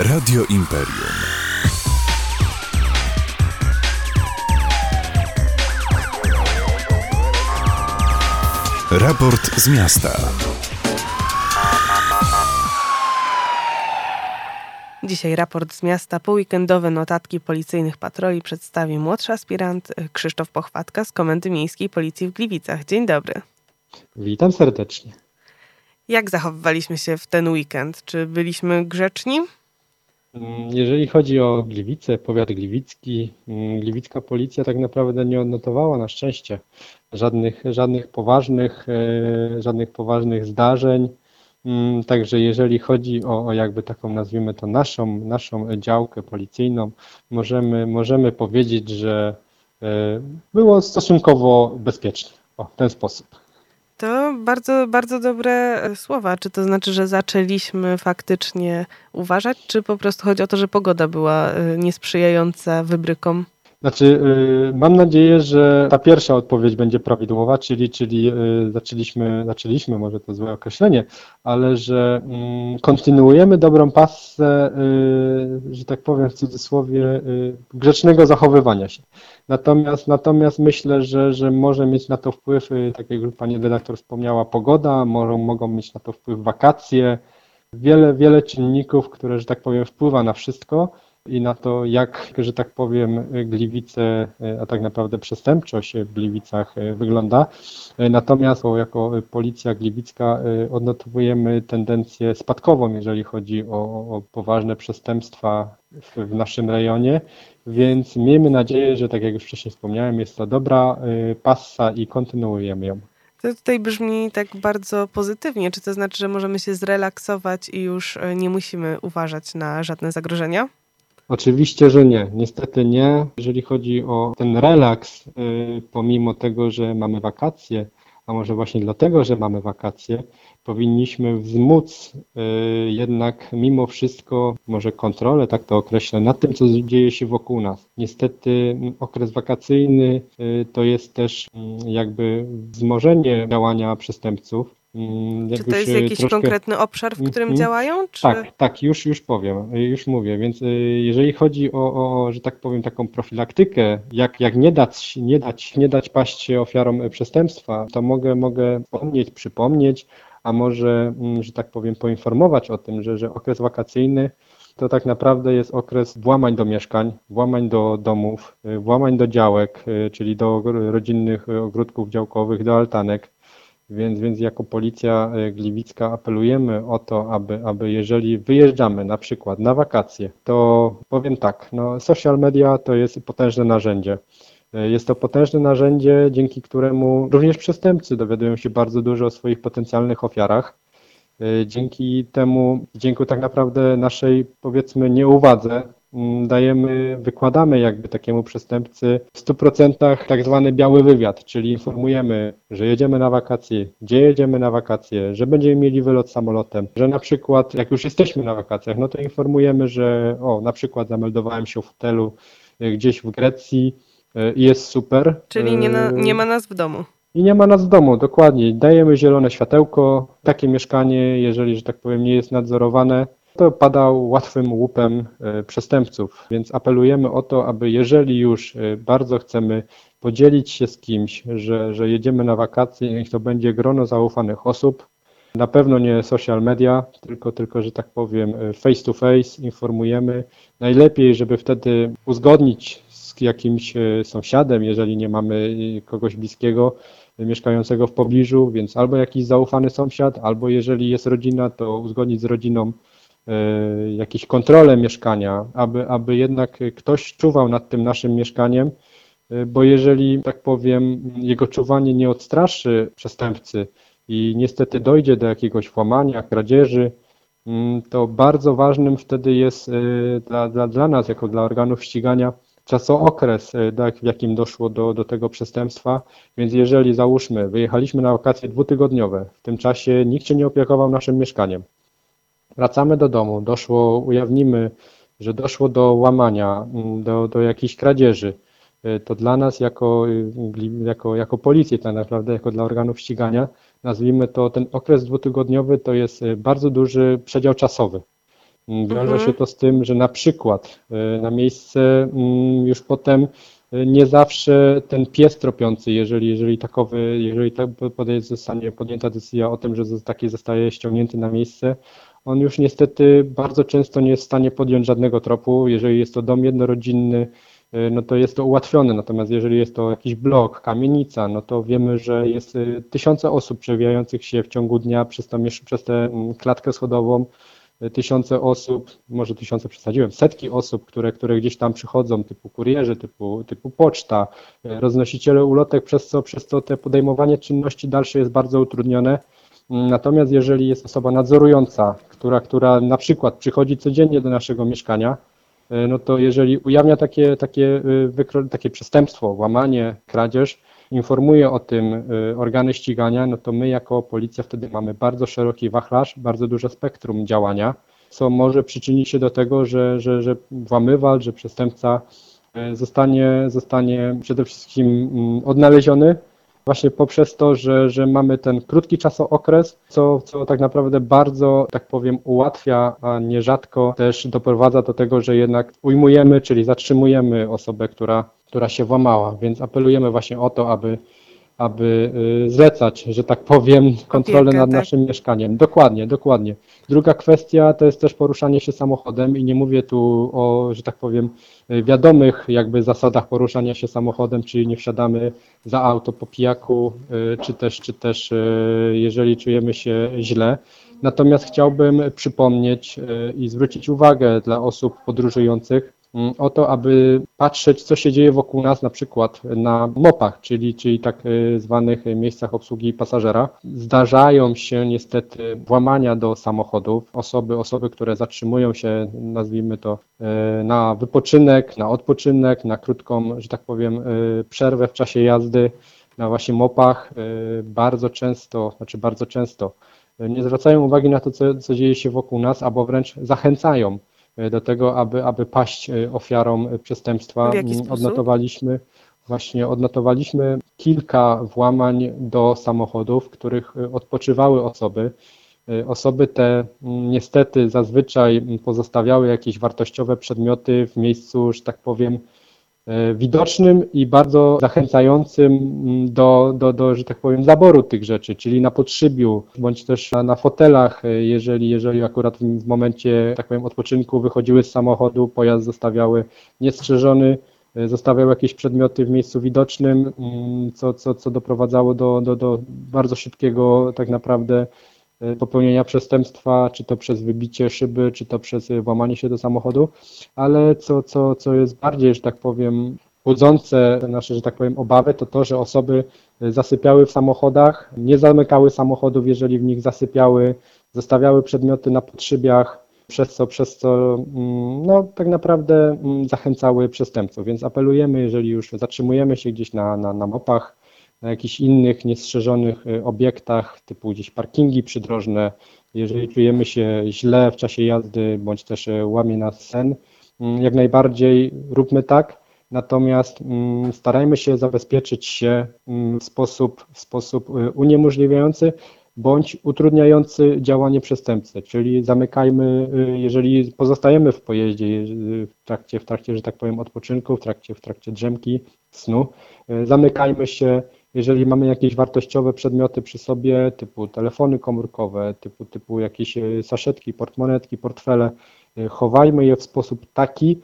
Radio Imperium. Raport z miasta. Dzisiaj raport z miasta. Poweekendowe notatki policyjnych patroli przedstawi młodszy aspirant Krzysztof Pochwadka z Komendy Miejskiej Policji w Gliwicach. Dzień dobry. Witam serdecznie. Jak zachowywaliśmy się w ten weekend? Czy byliśmy grzeczni? Jeżeli chodzi o Gliwice, powiat gliwicki, gliwicka policja tak naprawdę nie odnotowała na szczęście żadnych poważnych zdarzeń. Także jeżeli chodzi o jakby taką, nazwijmy to naszą działkę policyjną, możemy powiedzieć, że było stosunkowo bezpiecznie. W ten sposób. To bardzo, bardzo dobre słowa. Czy to znaczy, że zaczęliśmy faktycznie uważać, czy po prostu chodzi o to, że pogoda była niesprzyjająca wybrykom? Znaczy, mam nadzieję, że ta pierwsza odpowiedź będzie prawidłowa, czyli zaczęliśmy, może to złe określenie, ale że kontynuujemy dobrą passę, że tak powiem w cudzysłowie, grzecznego zachowywania się. Natomiast myślę, że może mieć na to wpływ, tak jak już pani redaktor wspomniała, pogoda, mogą mieć na to wpływ wakacje, wiele czynników, które, że tak powiem, wpływa na wszystko. I na to, jak, że tak powiem, Gliwice, a tak naprawdę przestępczość w Gliwicach wygląda. Natomiast jako Policja Gliwicka odnotowujemy tendencję spadkową, jeżeli chodzi o poważne przestępstwa w naszym rejonie, więc miejmy nadzieję, że tak jak już wcześniej wspomniałem, jest to dobra passa i kontynuujemy ją. To tutaj brzmi tak bardzo pozytywnie. Czy to znaczy, że możemy się zrelaksować i już nie musimy uważać na żadne zagrożenia? Oczywiście, że nie. Niestety nie. Jeżeli chodzi o ten relaks, pomimo tego, że mamy wakacje, a może właśnie dlatego, że mamy wakacje, powinniśmy wzmóc jednak mimo wszystko, może kontrolę, tak to określę, nad tym, co dzieje się wokół nas. Niestety okres wakacyjny to jest też jakby wzmożenie działania przestępców. Czy to jest jakiś konkretny obszar, w którym działają? Czy... Tak, już powiem, już mówię, więc jeżeli chodzi o, że tak powiem, taką profilaktykę, jak nie dać paść ofiarom przestępstwa, to mogę przypomnieć, a może, że tak powiem, poinformować o tym, że okres wakacyjny to tak naprawdę jest okres włamań do mieszkań, włamań do domów, włamań do działek, czyli do rodzinnych ogródków działkowych, do altanek. Więc jako Policja Gliwicka apelujemy o to, aby jeżeli wyjeżdżamy na przykład na wakacje, to powiem tak, social media to jest potężne narzędzie. Jest to potężne narzędzie, dzięki któremu również przestępcy dowiadują się bardzo dużo o swoich potencjalnych ofiarach. Dzięki tak naprawdę naszej, powiedzmy, nieuwadze wykładamy jakby takiemu przestępcy w 100% tak zwany biały wywiad, czyli informujemy, że jedziemy na wakacje, gdzie jedziemy na wakacje, że będziemy mieli wylot samolotem, że na przykład jak już jesteśmy na wakacjach, to informujemy, że na przykład zameldowałem się w hotelu gdzieś w Grecji i jest super. Czyli nie ma nas w domu. I nie ma nas w domu, dokładnie. Dajemy zielone światełko. Takie mieszkanie, jeżeli, że tak powiem, nie jest nadzorowane, to pada łatwym łupem przestępców. Więc apelujemy o to, aby jeżeli już bardzo chcemy podzielić się z kimś, że jedziemy na wakacje, niech to będzie grono zaufanych osób. Na pewno nie social media, tylko że tak powiem face to face informujemy. Najlepiej, żeby wtedy uzgodnić z jakimś sąsiadem, jeżeli nie mamy kogoś bliskiego, mieszkającego w pobliżu, więc albo jakiś zaufany sąsiad, albo jeżeli jest rodzina, to uzgodnić z rodziną jakieś kontrolę mieszkania, aby jednak ktoś czuwał nad tym naszym mieszkaniem, bo jeżeli, tak powiem, jego czuwanie nie odstraszy przestępcy i niestety dojdzie do jakiegoś włamania, kradzieży, to bardzo ważnym wtedy jest dla nas, jako dla organów ścigania, czasookres, w jakim doszło do tego przestępstwa, więc jeżeli załóżmy, wyjechaliśmy na wakacje 2-tygodniowe, w tym czasie nikt się nie opiekował naszym mieszkaniem, wracamy do domu, ujawnimy, że doszło do łamania, do jakiejś kradzieży, to dla nas jako policji, tak naprawdę jako dla organów ścigania, nazwijmy to ten okres 2-tygodniowy, to jest bardzo duży przedział czasowy. Wiąże się to z tym, że na przykład na miejsce już potem nie zawsze ten pies tropiący, jeżeli zostanie podjęta decyzja o tym, że taki zostaje ściągnięty na miejsce, on już niestety bardzo często nie jest w stanie podjąć żadnego tropu. Jeżeli jest to dom jednorodzinny, no to jest to ułatwione. Natomiast jeżeli jest to jakiś blok, kamienica, no to wiemy, że jest tysiące osób przewijających się w ciągu dnia przez tę klatkę schodową. Tysiące osób, może tysiące przesadziłem, setki osób, które gdzieś tam przychodzą, typu kurierzy, typu poczta, roznosiciele ulotek, przez co te podejmowanie czynności dalsze jest bardzo utrudnione. Natomiast jeżeli jest osoba nadzorująca, która na przykład przychodzi codziennie do naszego mieszkania, no to jeżeli ujawnia takie przestępstwo, łamanie, kradzież, informuje o tym organy ścigania, no to my jako policja wtedy mamy bardzo szeroki wachlarz, bardzo duże spektrum działania, co może przyczynić się do tego, że włamywacz, że przestępca zostanie przede wszystkim odnaleziony właśnie poprzez to, że mamy ten krótki czasookres, co tak naprawdę bardzo, tak powiem, ułatwia, a nierzadko też doprowadza do tego, że jednak ujmujemy, czyli zatrzymujemy osobę, która się włamała, więc apelujemy właśnie o to, aby zlecać, że tak powiem, kontrolę nad naszym mieszkaniem. Dokładnie, dokładnie. Druga kwestia to jest też poruszanie się samochodem i nie mówię tu o, że tak powiem, wiadomych jakby zasadach poruszania się samochodem, czyli nie wsiadamy za auto po pijaku, czy też jeżeli czujemy się źle. Natomiast chciałbym przypomnieć i zwrócić uwagę dla osób podróżujących o to, aby patrzeć, co się dzieje wokół nas, na przykład na MOP-ach, czyli tak zwanych miejscach obsługi pasażera. Zdarzają się niestety włamania do samochodów. Osoby, które zatrzymują się, nazwijmy to, na wypoczynek, na odpoczynek, na krótką, że tak powiem, przerwę w czasie jazdy na właśnie MOP-ach, bardzo często nie zwracają uwagi na to, co dzieje się wokół nas, albo wręcz zachęcają do tego, aby paść ofiarą przestępstwa. W jaki sposób? Odnotowaliśmy kilka włamań do samochodów, w których odpoczywały osoby. Osoby te niestety zazwyczaj pozostawiały jakieś wartościowe przedmioty w miejscu, że tak powiem, widocznym i bardzo zachęcającym do, że tak powiem, zaboru tych rzeczy, czyli na podszybiu, bądź też na fotelach, jeżeli akurat w momencie, tak powiem, odpoczynku wychodziły z samochodu, pojazd zostawiały niestrzeżony, zostawiały jakieś przedmioty w miejscu widocznym, co doprowadzało do bardzo szybkiego tak naprawdę popełnienia przestępstwa, czy to przez wybicie szyby, czy to przez włamanie się do samochodu, ale co jest bardziej, że tak powiem, budzące nasze, że tak powiem, obawy, to, że osoby zasypiały w samochodach, nie zamykały samochodów, jeżeli w nich zasypiały, zostawiały przedmioty na podszybiach, przez co no, tak naprawdę zachęcały przestępców. Więc apelujemy, jeżeli już zatrzymujemy się gdzieś na MOP-ach, na jakichś innych niestrzeżonych obiektach, typu gdzieś parkingi przydrożne, jeżeli czujemy się źle w czasie jazdy, bądź też łamie nas sen, jak najbardziej róbmy tak, natomiast starajmy się zabezpieczyć się w sposób uniemożliwiający bądź utrudniający działanie przestępcy, czyli zamykajmy, jeżeli pozostajemy w pojeździe w trakcie, że tak powiem, odpoczynku, w trakcie drzemki, snu, zamykajmy się. Jeżeli mamy jakieś wartościowe przedmioty przy sobie, typu telefony komórkowe, typu jakieś saszetki, portmonetki, portfele, chowajmy je w sposób taki,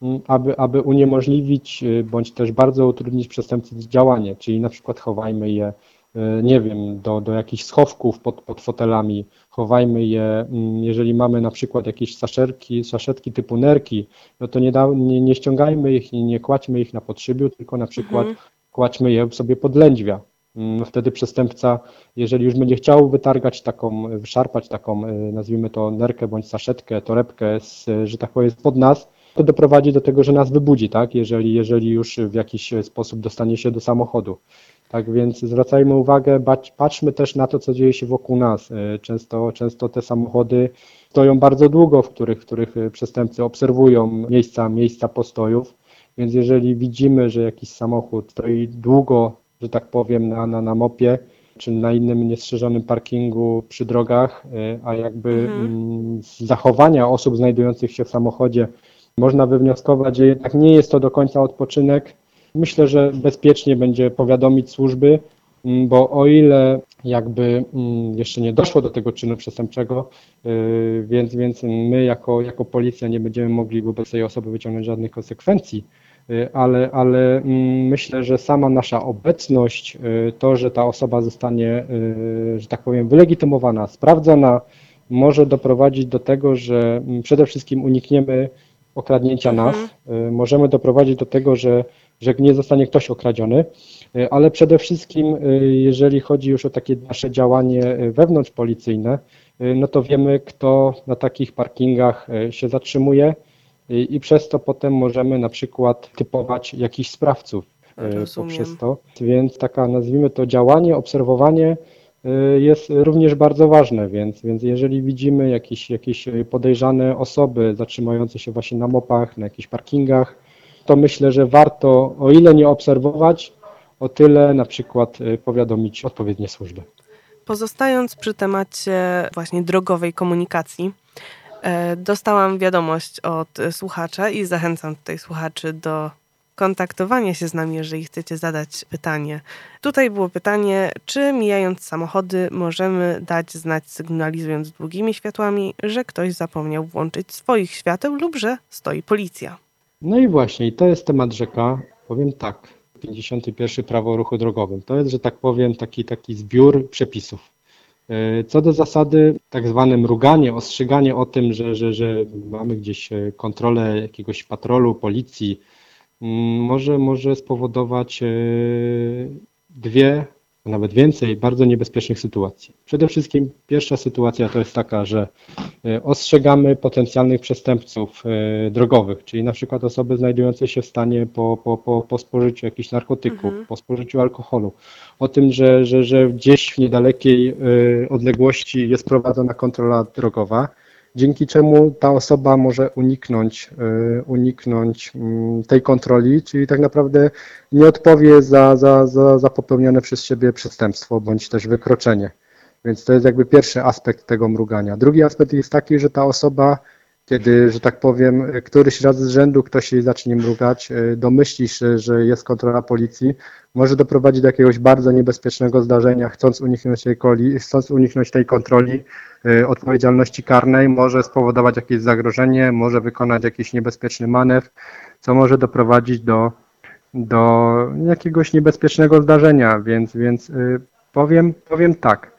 aby uniemożliwić bądź też bardzo utrudnić przestępcy działanie, czyli na przykład chowajmy je, nie wiem, do jakichś schowków pod fotelami, chowajmy je, jeżeli mamy na przykład jakieś saszetki typu nerki, no to nie ściągajmy ich i nie kładźmy ich na podszybiu, tylko na przykład kładźmy je sobie pod lędźwia. Wtedy przestępca, jeżeli już będzie chciał wyszarpać taką, nazwijmy to, nerkę bądź saszetkę, torebkę, że tak powiem, pod nas, to doprowadzi do tego, że nas wybudzi, tak? Jeżeli już w jakiś sposób dostanie się do samochodu. Tak więc zwracajmy uwagę, patrzmy też na to, co dzieje się wokół nas. Często te samochody stoją bardzo długo, w których przestępcy obserwują miejsca postojów, więc jeżeli widzimy, że jakiś samochód stoi długo, że tak powiem, na MOP-ie, czy na innym niestrzeżonym parkingu przy drogach, a jakby z zachowania osób znajdujących się w samochodzie można wywnioskować, że jednak nie jest to do końca odpoczynek. Myślę, że bezpiecznie będzie powiadomić służby, bo o ile jakby jeszcze nie doszło do tego czynu przestępczego, więc my jako policja nie będziemy mogli wobec tej osoby wyciągnąć żadnych konsekwencji, ale myślę, że sama nasza obecność, to, że ta osoba zostanie, że tak powiem, wylegitymowana, sprawdzona, może doprowadzić do tego, że przede wszystkim unikniemy okradnięcia nas, możemy doprowadzić do tego, że nie zostanie ktoś okradziony, ale przede wszystkim, jeżeli chodzi już o takie nasze działanie wewnątrzpolicyjne, no to wiemy, kto na takich parkingach się zatrzymuje i przez to potem możemy na przykład typować jakichś sprawców poprzez to. Więc taka, nazwijmy to, działanie, obserwowanie jest również bardzo ważne, więc jeżeli widzimy jakieś podejrzane osoby zatrzymujące się właśnie na mopach, na jakichś parkingach, to myślę, że warto, o ile nie obserwować, o tyle na przykład powiadomić odpowiednie służby. Pozostając przy temacie właśnie drogowej komunikacji, dostałam wiadomość od słuchacza i zachęcam tutaj słuchaczy do kontaktowania się z nami, jeżeli chcecie zadać pytanie. Tutaj było pytanie, czy mijając samochody możemy dać znać, sygnalizując długimi światłami, że ktoś zapomniał włączyć swoich świateł lub że stoi policja. No i właśnie, i to jest temat rzeka. Powiem tak, 51 Prawo o ruchu drogowym. To jest, że tak powiem, taki zbiór przepisów. Co do zasady, tak zwane mruganie, ostrzeganie o tym, że mamy gdzieś kontrolę jakiegoś patrolu, policji, może spowodować dwie, a nawet więcej bardzo niebezpiecznych sytuacji. Przede wszystkim pierwsza sytuacja to jest taka, że ostrzegamy potencjalnych przestępców drogowych, czyli na przykład osoby znajdujące się w stanie po spożyciu jakichś narkotyków, po spożyciu alkoholu, o tym, że gdzieś w niedalekiej odległości jest prowadzona kontrola drogowa, dzięki czemu ta osoba może uniknąć tej kontroli, czyli tak naprawdę nie odpowie za popełnione przez siebie przestępstwo bądź też wykroczenie. Więc to jest jakby pierwszy aspekt tego mrugania. Drugi aspekt jest taki, że ta osoba, kiedy, że tak powiem, któryś raz z rzędu ktoś jej zacznie mrugać, domyśli się, że jest kontrola policji, może doprowadzić do jakiegoś bardzo niebezpiecznego zdarzenia, chcąc uniknąć tej kontroli, odpowiedzialności karnej, może spowodować jakieś zagrożenie, może wykonać jakiś niebezpieczny manewr, co może doprowadzić do jakiegoś niebezpiecznego zdarzenia, więc powiem tak,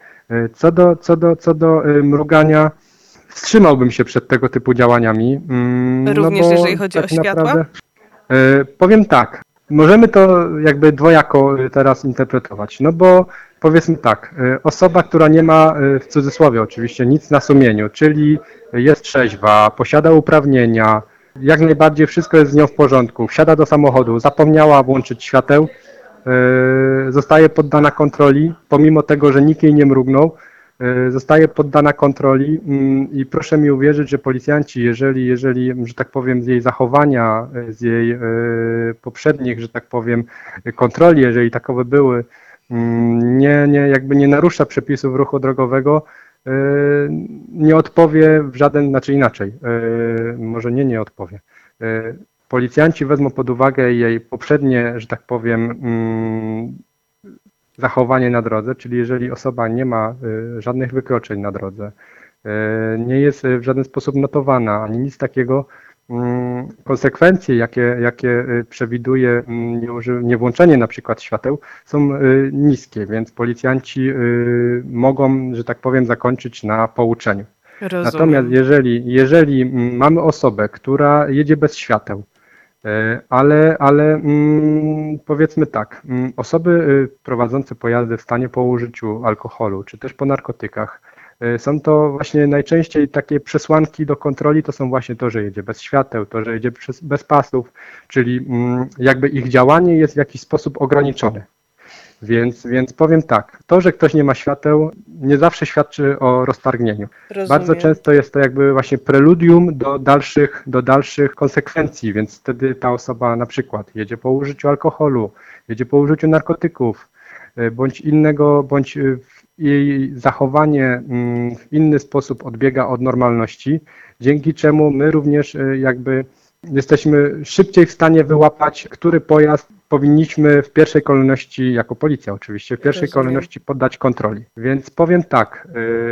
co do mrugania, wstrzymałbym się przed tego typu działaniami. Również jeżeli chodzi o światła? Powiem tak, możemy to jakby dwojako teraz interpretować, no bo powiedzmy tak, osoba, która nie ma, w cudzysłowie oczywiście, nic na sumieniu, czyli jest trzeźwa, posiada uprawnienia, jak najbardziej wszystko jest z nią w porządku, wsiada do samochodu, zapomniała włączyć świateł, zostaje poddana kontroli, pomimo tego, że nikt jej nie mrugnął, zostaje poddana kontroli i proszę mi uwierzyć, że policjanci, jeżeli, że tak powiem, z jej zachowania, z jej poprzednich, że tak powiem, kontroli, jeżeli takowe były, nie narusza przepisów ruchu drogowego, nie odpowie w żaden, znaczy inaczej, może nie odpowie. Policjanci wezmą pod uwagę jej poprzednie, że tak powiem, zachowanie na drodze, czyli jeżeli osoba nie ma żadnych wykroczeń na drodze, nie jest w żaden sposób notowana, ani nic takiego, konsekwencje, jakie przewiduje niewłączenie na przykład świateł, są niskie, więc policjanci mogą, że tak powiem, zakończyć na pouczeniu. Rozumiem. Natomiast jeżeli mamy osobę, która jedzie bez świateł, ale powiedzmy tak, osoby prowadzące pojazdy w stanie po użyciu alkoholu, czy też po narkotykach, są to właśnie najczęściej takie przesłanki do kontroli, to są właśnie to, że jedzie bez świateł, to, że jedzie bez pasów, czyli jakby ich działanie jest w jakiś sposób ograniczone. Więc powiem tak, to, że ktoś nie ma świateł, nie zawsze świadczy o roztargnieniu. Rozumiem. Bardzo często jest to jakby właśnie preludium do dalszych konsekwencji, więc wtedy ta osoba na przykład jedzie po użyciu alkoholu, jedzie po użyciu narkotyków, bądź innego, bądź jej zachowanie w inny sposób odbiega od normalności, dzięki czemu my również jakby jesteśmy szybciej w stanie wyłapać, który pojazd powinniśmy w pierwszej kolejności, jako policja oczywiście, w pierwszej kolejności poddać kontroli. Więc powiem tak,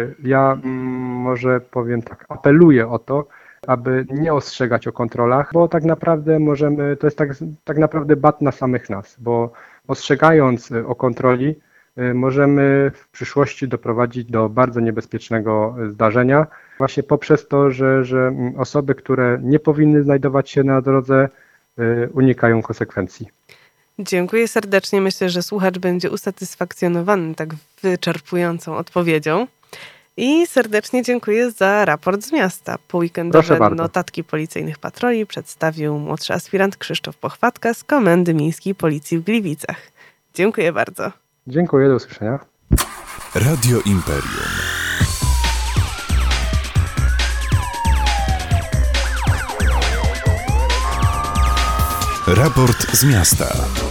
może powiem tak, apeluję o to, aby nie ostrzegać o kontrolach, bo tak naprawdę to jest tak naprawdę bat na samych nas, bo ostrzegając o kontroli możemy w przyszłości doprowadzić do bardzo niebezpiecznego zdarzenia, właśnie poprzez to, że osoby, które nie powinny znajdować się na drodze, unikają konsekwencji. Dziękuję serdecznie. Myślę, że słuchacz będzie usatysfakcjonowany tak wyczerpującą odpowiedzią. I serdecznie dziękuję za raport z miasta. Poweekendowe notatki policyjnych patroli przedstawił młodszy aspirant Krzysztof Pochwatka z Komendy Miejskiej Policji w Gliwicach. Dziękuję bardzo. Dziękuję, do usłyszenia. Radio Imperium. Raport z miasta.